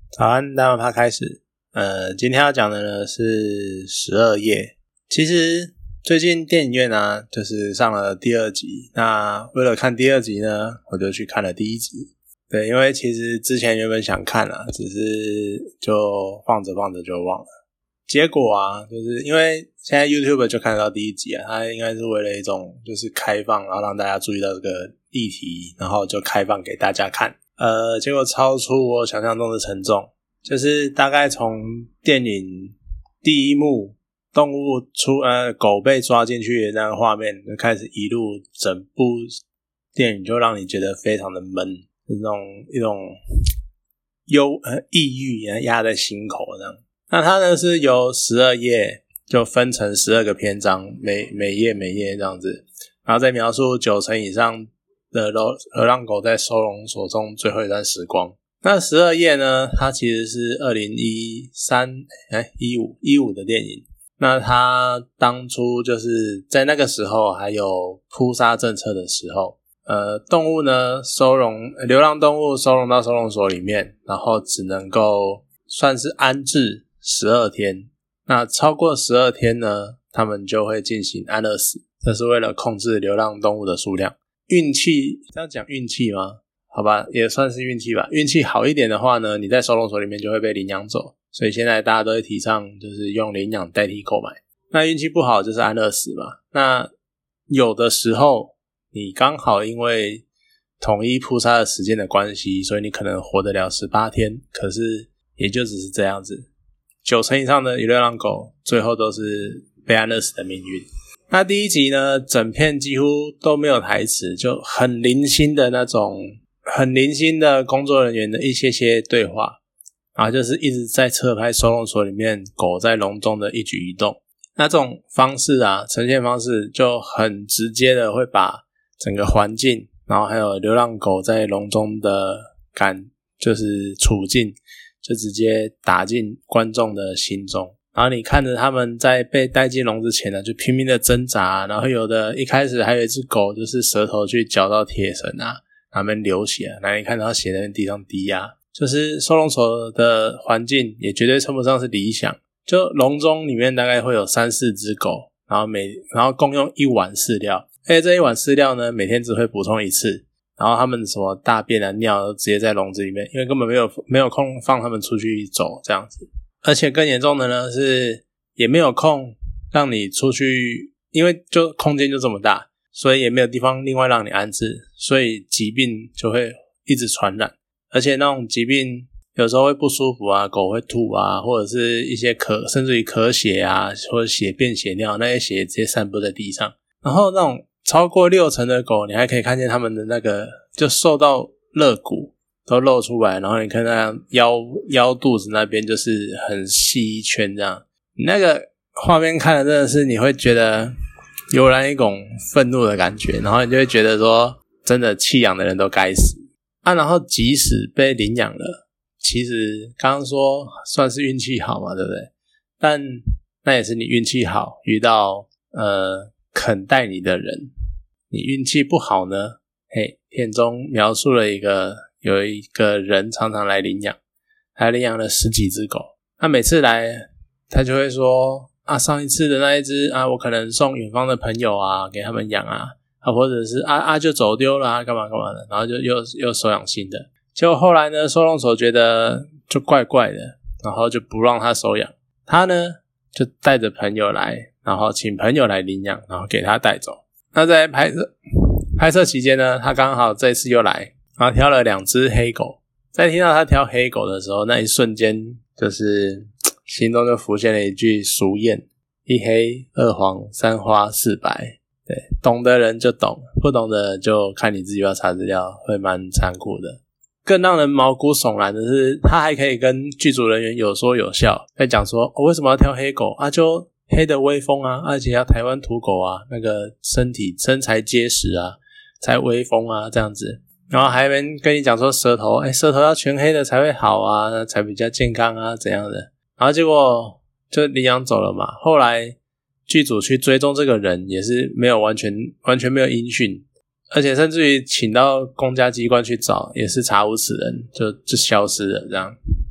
早安，大碗趴开始。今天要讲的呢是12夜。其实最近电影院啊，就是上了第二集。那为了看第二集呢，我就去看了第一集。对，因为其实之前原本想看啦，只是就放着就忘了。结果啊，就是因为现在 YouTube 就看得到第一集啊，它应该是为了一种就是开放，然后让大家注意到这个议题，然后就开放给大家看。结果超出我想象中的沉重，就是大概从电影第一幕动物狗被抓进去的那个画面就开始一路整部电影就让你觉得非常的闷，一种抑郁压在心口这样。那它呢是由12页就分成12个篇章，每页这样子，然后再描述9成以上的流浪狗在收容所中最后一段时光。那12页呢，它其实是2015的电影。那它当初就是在那个时候还有扑杀政策的时候，动物呢流浪动物收容到收容所里面，然后只能够算是安置12天。那超过12天呢，他们就会进行安乐死，这是为了控制流浪动物的数量。运气，这样讲运气吗？好吧，也算是运气吧。运气好一点的话呢，你在收容所里面就会被领养走，所以现在大家都会提倡就是用领养代替购买。那运气不好就是安乐死嘛。那有的时候你刚好因为统一扑杀的时间的关系，所以你可能活得了18天，可是也就只是这样子。9成以上的流浪狗最后都是被安乐死的命运。那第一集呢，整片几乎都没有台词，就很零星的工作人员的一些对话，然后就是一直在侧拍收容所里面狗在笼中的一举一动。那这种方式啊，呈现方式就很直接的会把整个环境，然后还有流浪狗在笼中的就是处境，就直接打进观众的心中。然后你看着他们在被带进笼子前呢，就拼命的挣扎，然后有的一开始还有一只狗就是舌头去嚼到铁绳啊，那边流血啊，然后你看到血在地上滴啊，就是收容所的环境也绝对称不上是理想。就笼中里面大概会有3-4只狗，然后共用1碗饲料，而且这1碗饲料呢，每天只会补充1次，然后他们什么大便啊尿都直接在笼子里面，因为根本没有空放他们出去走这样子。而且更严重的呢是也没有空让你出去，因为就空间就这么大，所以也没有地方另外让你安置，所以疾病就会一直传染。而且那种疾病有时候会不舒服啊，狗会吐啊，或者是一些甚至于咳血啊，或者血便血尿，那些血直接散布在地上。然后那种超过6成的狗，你还可以看见他们的那个就受到肋骨都露出来，然后你看那腰肚子那边就是很细一圈这样。你那个画面看了真的是你会觉得油然一种愤怒的感觉，然后你就会觉得说真的弃养的人都该死啊。然后即使被领养了，其实刚刚说算是运气好嘛，对不对？但那也是你运气好遇到肯带你的人。你运气不好呢，片中描述了有一个人常常来领养，他领养了10几只狗。他每次来他就会说啊，上一次的那一只啊，我可能送远方的朋友啊给他们养啊，或者是就走丢了啊干嘛的，然后就又收养新的。结果后来呢，收容所觉得就怪怪的，然后就不让他收养。他呢就带着朋友来，然后请朋友来领养，然后给他带走。那在拍摄期间呢，他刚好这一次又来，然后挑了2只黑狗。在听到他挑黑狗的时候，那一瞬间就是心中就浮现了一句俗谚：1黑2黄3花4白。对，懂的人就懂，不懂的就看你自己要查资料，会蛮残酷的。更让人毛骨悚然的是，他还可以跟剧组人员有说有笑，在讲说为什么要挑黑狗啊，就黑的威风啊，而且要台湾土狗啊，那个身材结实啊，才威风啊这样子。然后还跟你讲说舌头要全黑的才会好啊，才比较健康啊怎样的。然后结果就领养走了嘛。后来剧组去追踪这个人也是没有完全没有音讯，而且甚至于请到公家机关去找也是查无此人，就消失了这样。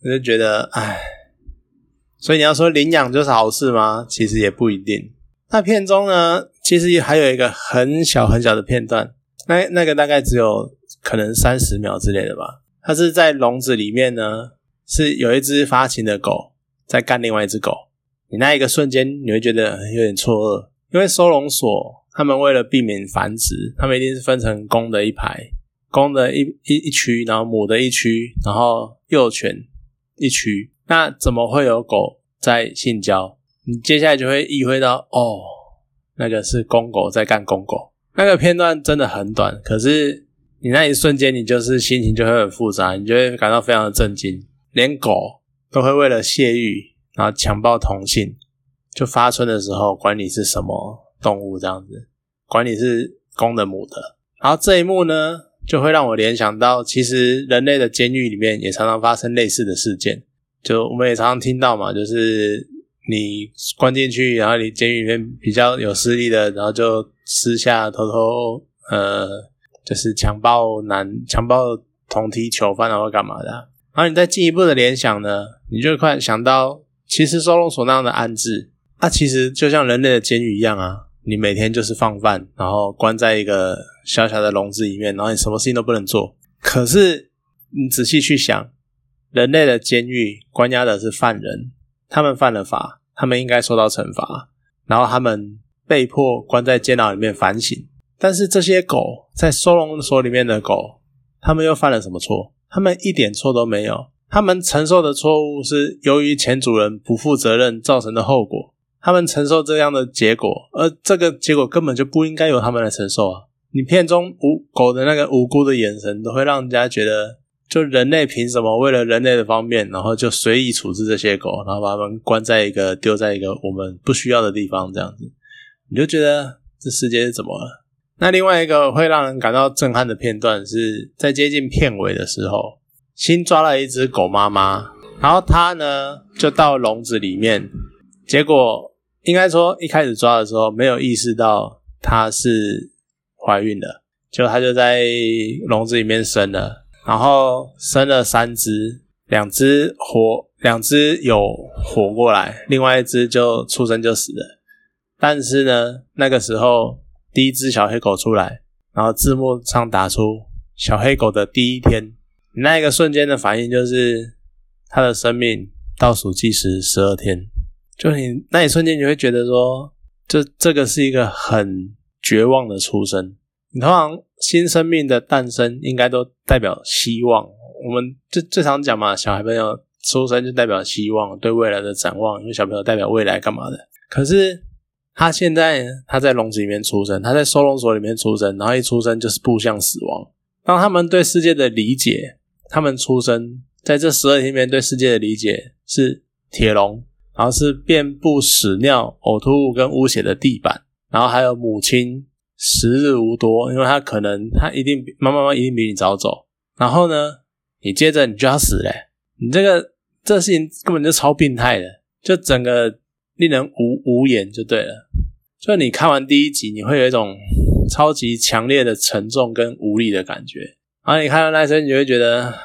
我就觉得所以你要说领养就是好事吗？其实也不一定。那片中呢，其实还有一个很小很小的片段，那个大概只有可能30秒之类的吧。它是在笼子里面呢，是有一只发情的狗在干另外一只狗。你那一个瞬间你会觉得有点错愕，因为收容所他们为了避免繁殖，他们一定是分成公的一排，公的一区，然后母的一区，然后幼犬一区。那怎么会有狗在性交？你接下来就会意会到那个是公狗在干公狗。那个片段真的很短，可是你那一瞬间你就是心情就会很复杂，你就会感到非常的震惊。连狗都会为了泄欲然后强暴同性，就发春的时候管你是什么动物这样子，管你是公的母的。然后这一幕呢就会让我联想到，其实人类的监狱里面也常常发生类似的事件。就我们也常常听到嘛，就是你关进去，然后你监狱里面比较有势力的，然后就私下偷偷就是强暴同梯囚犯或干嘛的然后你再进一步的联想呢，你就快想到其实收容所那样的安置其实就像人类的监狱一样你每天就是放饭，然后关在一个小小的笼子里面，然后你什么事情都不能做。可是你仔细去想，人类的监狱关押的是犯人，他们犯了法，他们应该受到惩罚，然后他们被迫关在监牢里面反省。但是这些狗，在收容所里面的狗，他们又犯了什么错？他们一点错都没有，他们承受的错误是由于前主人不负责任造成的后果，他们承受这样的结果，而这个结果根本就不应该由他们来承受你片中狗的那个无辜的眼神都会让人家觉得，就人类凭什么为了人类的方便，然后就随意处置这些狗，然后把它们丢在一个我们不需要的地方这样子。你就觉得这世界是怎么了？那另外一个会让人感到震撼的片段是在接近片尾的时候，新抓了一只狗妈妈，然后她呢就到笼子里面，结果应该说一开始抓的时候没有意识到她是怀孕了，就她就在笼子里面生了，然后生了3只，2只有活过来，另外一只就出生就死了。但是呢那个时候第一只小黑狗出来，然后字幕上打出小黑狗的第一天，你那一个瞬间的反应就是它的生命倒数计时12天。就你那一瞬间你会觉得说，这个是一个很绝望的出生。你通常新生命的诞生应该都代表希望，我们最常讲嘛，小孩朋友出生就代表希望，对未来的展望，因为小朋友代表未来干嘛的。可是他现在他在笼子里面出生，他在收容所里面出生，然后一出生就是步向死亡。当他们对世界的理解，他们出生在这12天里面对世界的理解是铁笼，然后是遍布屎尿呕吐物跟污血的地板，然后还有母亲时日无多，因为他妈妈一定比你早走，然后呢你接着你就要死了你这事情根本就超病态的，就整个令人无言就对了。就你看完第1集你会有一种超级强烈的沉重跟无力的感觉，然后你看到那时候你就会觉得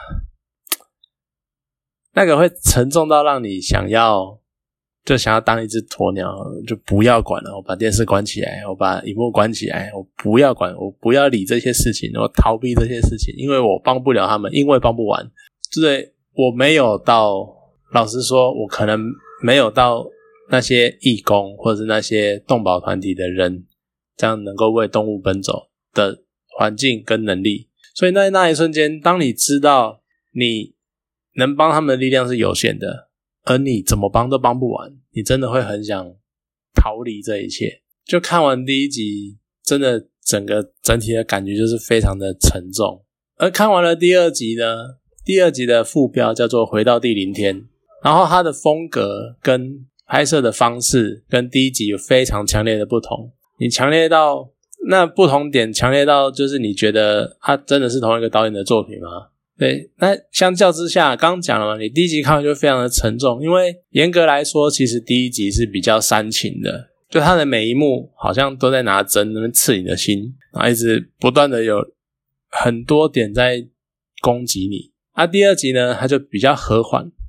那个会沉重到让你想要当一只鸵鸟，就不要管了，我把电视关起来，我把萤幕关起来，我不要管，我不要理这些事情，我逃避这些事情，因为我帮不了他们，因为帮不完。对，我没有到，老实说我可能没有到那些义工或者是那些动保团体的人这样能够为动物奔走的环境跟能力。所以那一瞬间，当你知道你能帮他们的力量是有限的，而你怎么帮都帮不完，你真的会很想逃离这一切。就看完第1集，真的整体的感觉就是非常的沉重。而看完了第2集呢，第2集的副标叫做回到第0天，然后它的风格跟拍摄的方式跟第1集有非常强烈的不同。你强烈到那不同点，强烈到就是你觉得它真的是同一个导演的作品吗？对，那相较之下，刚刚讲了嘛，你第1集看完就非常的沉重，因为严格来说，其实第1集是比较煽情的，就它的每一幕好像都在拿针那边刺你的心，然后一直不断的有很多点在攻击你。第2集呢，它就比较和缓，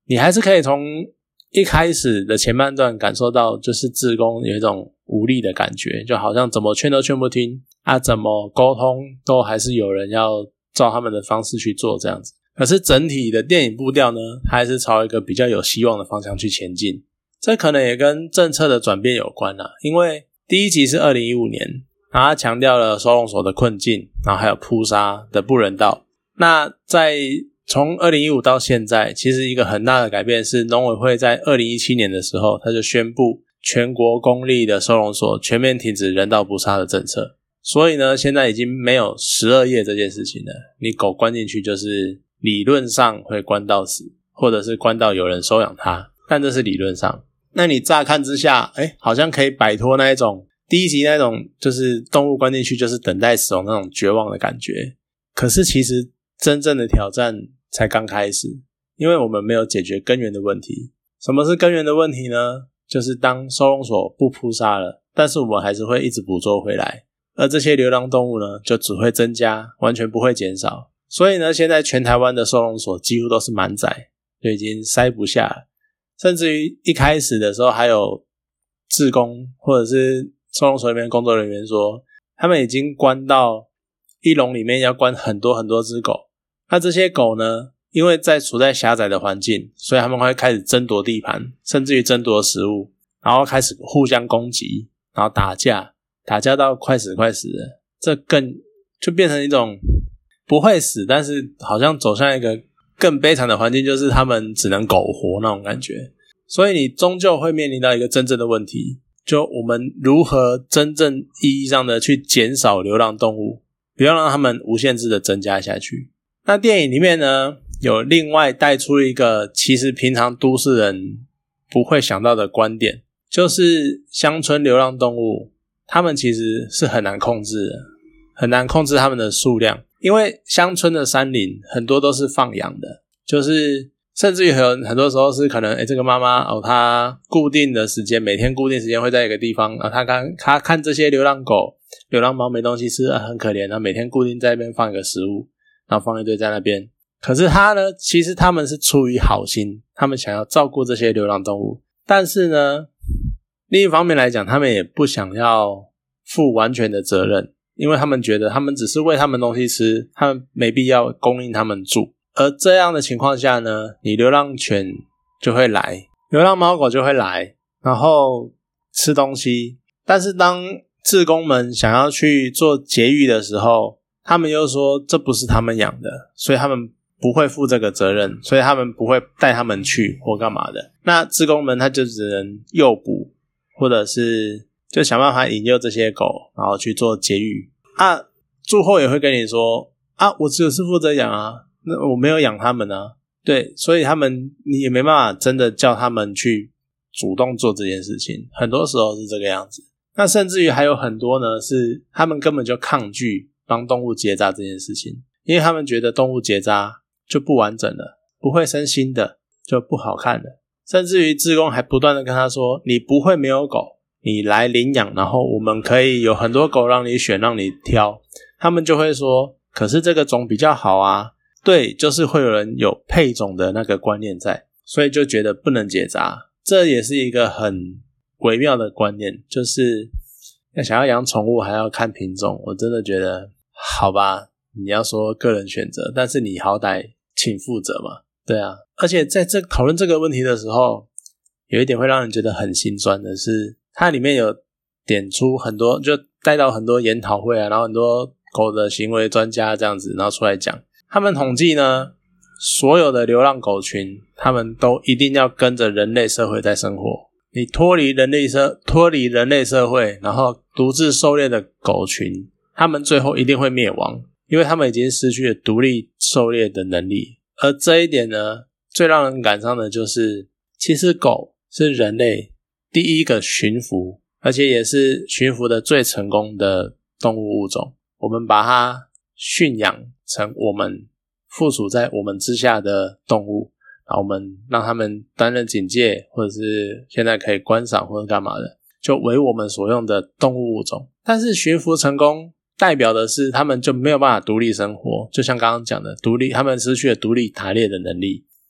你还是可以从一开始的前半段感受到，就是志工有一种无力的感觉，就好像怎么劝都劝不听啊，怎么沟通都还是有人要照他们的方式去做这样子。可是整体的电影步调呢，还是朝一个比较有希望的方向去前进。这可能也跟政策的转变有关啦，因为第一集是2015年，然后他强调了收容所的困境，然后还有扑杀的不人道。那在从2015到现在，其实一个很大的改变是农委会在2017年的时候，他就宣布全国公立的收容所全面停止人道捕杀的政策。所以呢，现在已经没有12夜这件事情了，你狗关进去就是理论上会关到死，或者是关到有人收养它，但这是理论上。那你乍看之下好像可以摆脱那一种第一集那种就是动物关进去就是等待死亡那种绝望的感觉。可是其实真正的挑战才刚开始，因为我们没有解决根源的问题。什么是根源的问题呢？就是当收容所不扑杀了，但是我们还是会一直捕捉回来，而这些流浪动物呢，就只会增加，完全不会减少。所以呢，现在全台湾的收容所几乎都是满载，就已经塞不下了。甚至于一开始的时候还有志工或者是收容所里面的工作人员说，他们已经关到一笼里面要关很多很多只狗。那这些狗呢，因为处在狭窄的环境，所以他们会开始争夺地盘，甚至于争夺食物，然后开始互相攻击，然后打架到快死了。这就变成一种不会死，但是好像走向一个更悲惨的环境，就是他们只能苟活那种感觉。所以你终究会面临到一个真正的问题，就我们如何真正意义上的去减少流浪动物，不要让他们无限制的增加下去。那电影里面呢，有另外带出一个其实平常都市人不会想到的观点，就是乡村流浪动物他们其实是很难控制的，很难控制他们的数量。因为乡村的山林很多都是放养的，就是甚至于很多时候是可能这个妈妈她固定的时间，每天固定时间会在一个地方，她看这些流浪狗流浪猫没东西吃，很可怜，她每天固定在那边放一个食物，然后放一堆在那边。可是她呢，其实他们是出于好心，他们想要照顾这些流浪动物，但是呢另一方面来讲，他们也不想要负完全的责任，因为他们觉得他们只是喂他们东西吃，他们没必要供应他们住。而这样的情况下呢，你流浪犬就会来，流浪猫狗就会来，然后吃东西。但是当志工们想要去做节育的时候，他们又说这不是他们养的，所以他们不会负这个责任，所以他们不会带他们去或干嘛的。那志工们他就只能诱捕，或者是就想办法引诱这些狗，然后去做节育。住后也会跟你说我只有是负责养那我没有养他们对，所以你也没办法真的叫他们去主动做这件事情，很多时候是这个样子。那甚至于还有很多呢，是他们根本就抗拒帮动物结扎这件事情，因为他们觉得动物结扎就不完整了，不会生新的，就不好看了。甚至于志工还不断的跟他说，你不会没有狗，你来领养，然后我们可以有很多狗让你选让你挑。他们就会说，可是这个种比较好对，就是会有人有配种的那个观念在，所以就觉得不能结扎。这也是一个很微妙的观念，就是想要养宠物还要看品种。我真的觉得好吧，你要说个人选择，但是你好歹请负责嘛。对啊，而且在讨论这个问题的时候，有一点会让人觉得很心酸的是，它里面有点出很多，就带到很多研讨会然后很多狗的行为专家这样子，然后出来讲。他们统计呢，所有的流浪狗群，他们都一定要跟着人类社会在生活。你脱离人类社会，然后独自狩猎的狗群，他们最后一定会灭亡，因为他们已经失去了独立狩猎的能力。而这一点呢，最让人感伤的就是，其实狗是人类第一个驯服，而且也是驯服的最成功的动物物种。我们把它驯养成我们附属在我们之下的动物，然后我们让他们担任警戒，或者是现在可以观赏或者干嘛的，就为我们所用的动物物种。但是驯服成功代表的是他们就没有办法独立生活，就像刚刚讲的他们失去了独立打猎的能力。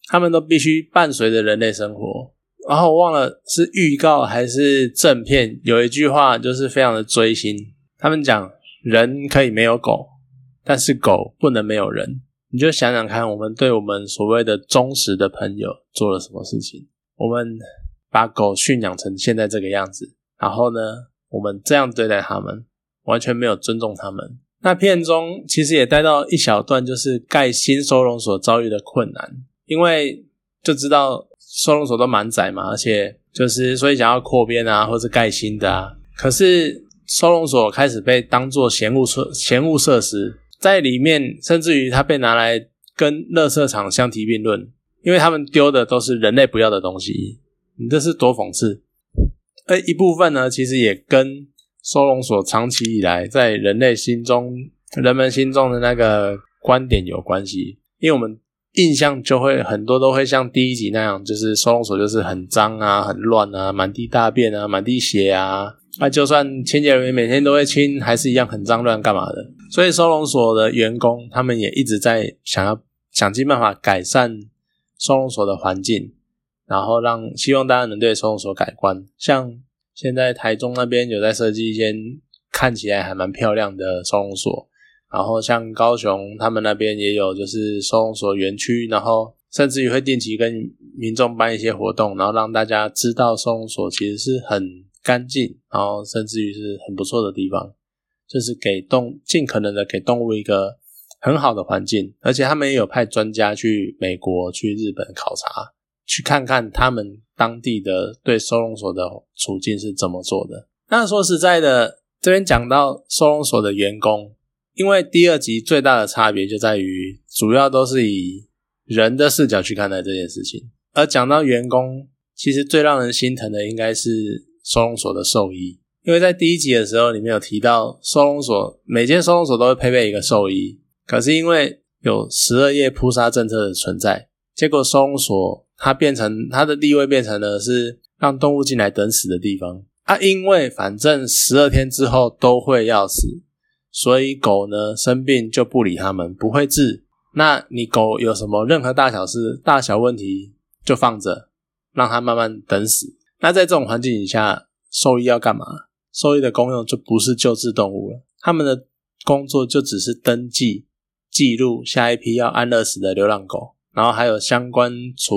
他们都必须伴随着人类生活。然后我忘了是预告还是正片，有一句话就是非常的追星，他们讲人可以没有狗，但是狗不能没有人。你就想想看，我们对我们所谓的忠实的朋友做了什么事情。我们把狗驯养成现在这个样子，然后呢我们这样对待他们，完全没有尊重他们。那片中其实也带到一小段，就是盖新收容所遭遇的困难，因为就知道收容所都满载嘛，而且就是所以想要扩编啊，或是盖新的啊。可是收容所开始被当作嫌恶设施，在里面甚至于它被拿来跟垃圾场相提并论，因为他们丢的都是人类不要的东西。你这是多讽刺。而一部分呢，其实也跟收容所长期以来在人们心中的那个观点有关系。因为我们印象就会很多都会像第一集那样，就是收容所就是很脏啊，很乱啊，满地大便啊，满地血啊，就算清洁人员每天都会清，还是一样很脏乱干嘛的。所以收容所的员工他们也一直在想尽办法改善收容所的环境，然后希望大家能对收容所改观。像现在台中那边有在设计一间看起来还蛮漂亮的收容所，然后像高雄他们那边也有就是收容所园区，然后甚至于会定期跟民众办一些活动，然后让大家知道收容所其实是很干净，然后甚至于是很不错的地方，就是尽可能的给动物一个很好的环境。而且他们也有派专家去美国去日本考察，去看看他们当地的对收容所的处境是怎么做的。那说实在的，这边讲到收容所的员工，因为第二集最大的差别就在于主要都是以人的视角去看待这件事情，而讲到员工，其实最让人心疼的应该是收容所的兽医。因为在第一集的时候里面有提到每间收容所都会配备一个兽医，可是因为有12夜扑杀政策的存在，结果收容所它的地位变成了是让动物进来等死的地方因为反正12天之后都会要死，所以狗呢生病就不理他们，不会治。那你狗有什么任何大小问题就放着，让它慢慢等死。那在这种环境底下，兽医要干嘛？兽医的功用就不是救治动物了，他们的工作就只是登记记录下一批要安乐死的流浪狗，然后还有相关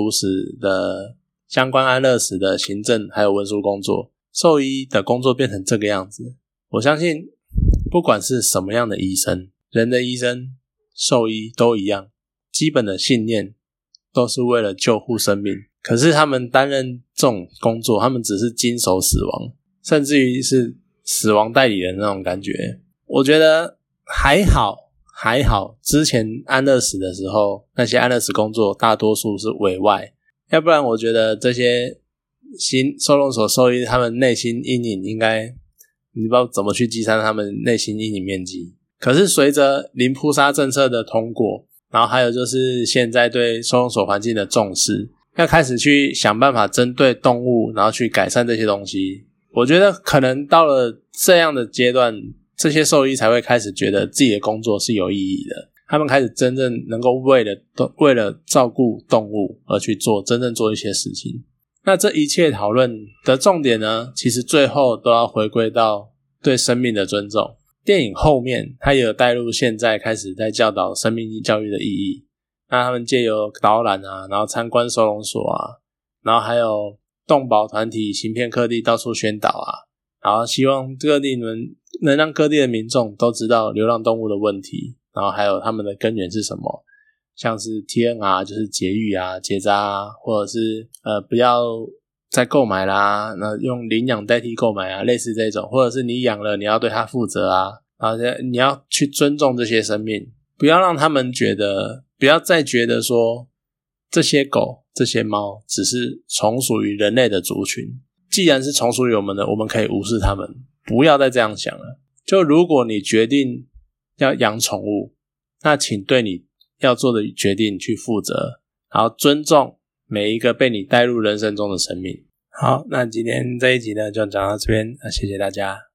安乐死的行政还有文书工作。兽医的工作变成这个样子，我相信不管是什么样的医生，人的医生、兽医都一样，基本的信念都是为了救护生命。可是他们担任这种工作，他们只是经手死亡，甚至于是死亡代理人那种感觉。我觉得还好之前安乐死的时候，那些安乐死工作大多数是委外，要不然我觉得这些收容所兽医他们内心阴影应该你不知道怎么去计算他们内心阴影面积。可是随着零扑杀政策的通过，然后还有就是现在对收容所环境的重视，要开始去想办法针对动物，然后去改善这些东西。我觉得可能到了这样的阶段，这些兽医才会开始觉得自己的工作是有意义的，他们开始真正能够为了照顾动物而去真正做一些事情。那这一切讨论的重点呢，其实最后都要回归到对生命的尊重。电影后面它也有带入现在开始在教导生命教育的意义，那他们借由导览啊，然后参观收容所啊，然后还有动保团体行遍各地到处宣导啊，然后希望各地能让各地的民众都知道流浪动物的问题，然后还有他们的根源是什么，像是 TNR 就是节育啊、结扎啊，或者是不要再购买啦，那用领养代替购买啊，类似这种，或者是你养了你要对它负责啊，然后你要去尊重这些生命，不要让他们不要再觉得说这些狗这些猫只是从属于人类的族群，既然是从属于我们的，我们可以无视他们，不要再这样想了。就如果你决定要养宠物，那请对你要做的决定去负责，然后尊重每一个被你带入人生中的生命。好，那今天这一集呢就讲到这边，谢谢大家。